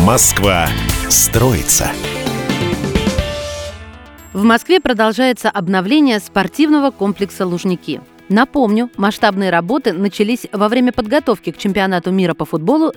Москва строится. В Москве продолжается обновление спортивного комплекса «Лужники». Напомню, масштабные работы начались во время подготовки к чемпионату мира по футболу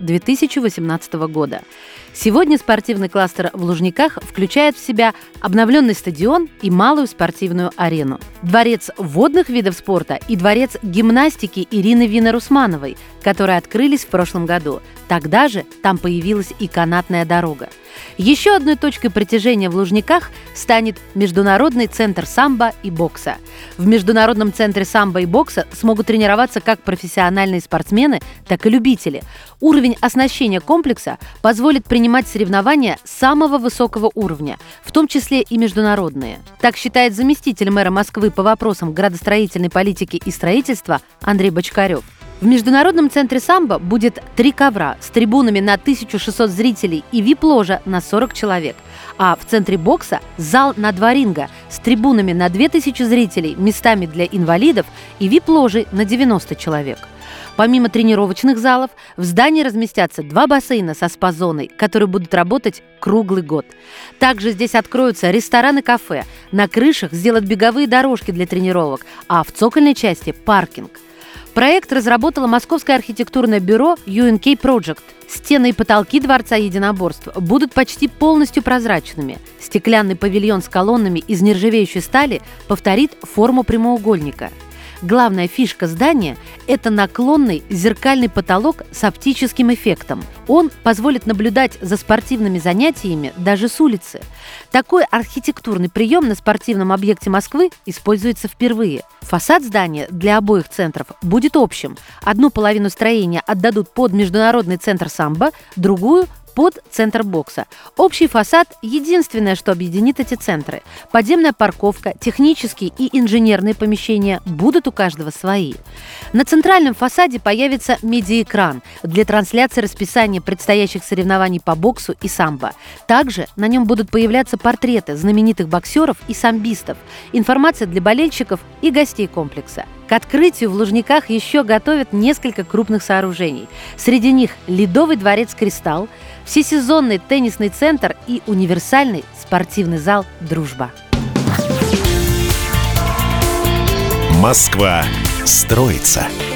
2018 года. Сегодня спортивный кластер в Лужниках включает в себя обновленный стадион и малую спортивную арену, дворец водных видов спорта и дворец гимнастики Ирины Винер-Усмановой, которые открылись в прошлом году. Тогда же там появилась и канатная дорога. Еще одной точкой притяжения в Лужниках станет Международный центр самбо и бокса. В Международном центре самбо и бокса смогут тренироваться как профессиональные спортсмены, так и любители. Уровень оснащения комплекса позволит принимать соревнования самого высокого уровня, в том числе и международные. Так считает заместитель мэра Москвы по вопросам градостроительной политики и строительства Андрей Бочкарев. В Международном центре самбо будет 3 ковра с трибунами на 1600 зрителей и вип-ложа на 40 человек. А в центре бокса зал на 2 ринга с трибунами на 2000 зрителей, местами для инвалидов и вип-ложей на 90 человек. Помимо тренировочных залов, в здании разместятся 2 бассейна со спа-зоной, которые будут работать круглый год. Также здесь откроются рестораны-кафе, на крышах сделают беговые дорожки для тренировок, а в цокольной части – паркинг. Проект разработало московское архитектурное бюро UNK Project. Стены и потолки Дворца единоборств будут почти полностью прозрачными. Стеклянный павильон с колоннами из нержавеющей стали повторит форму прямоугольника. Главная фишка здания – это наклонный зеркальный потолок с оптическим эффектом. Он позволит наблюдать за спортивными занятиями даже с улицы. Такой архитектурный прием на спортивном объекте Москвы используется впервые. Фасад здания для обоих центров будет общим. Одну половину строения отдадут под Международный центр самбо, другую – под центр бокса. Общий фасад – единственное, что объединит эти центры. Подземная парковка, технические и инженерные помещения будут у каждого свои. На центральном фасаде появится медиаэкран для трансляции расписания предстоящих соревнований по боксу и самбо. Также на нем будут появляться портреты знаменитых боксеров и самбистов, информация для болельщиков и гостей комплекса. К открытию в Лужниках еще готовят несколько крупных сооружений. Среди них Ледовый дворец «Кристалл», всесезонный теннисный центр и универсальный спортивный зал «Дружба». Москва строится.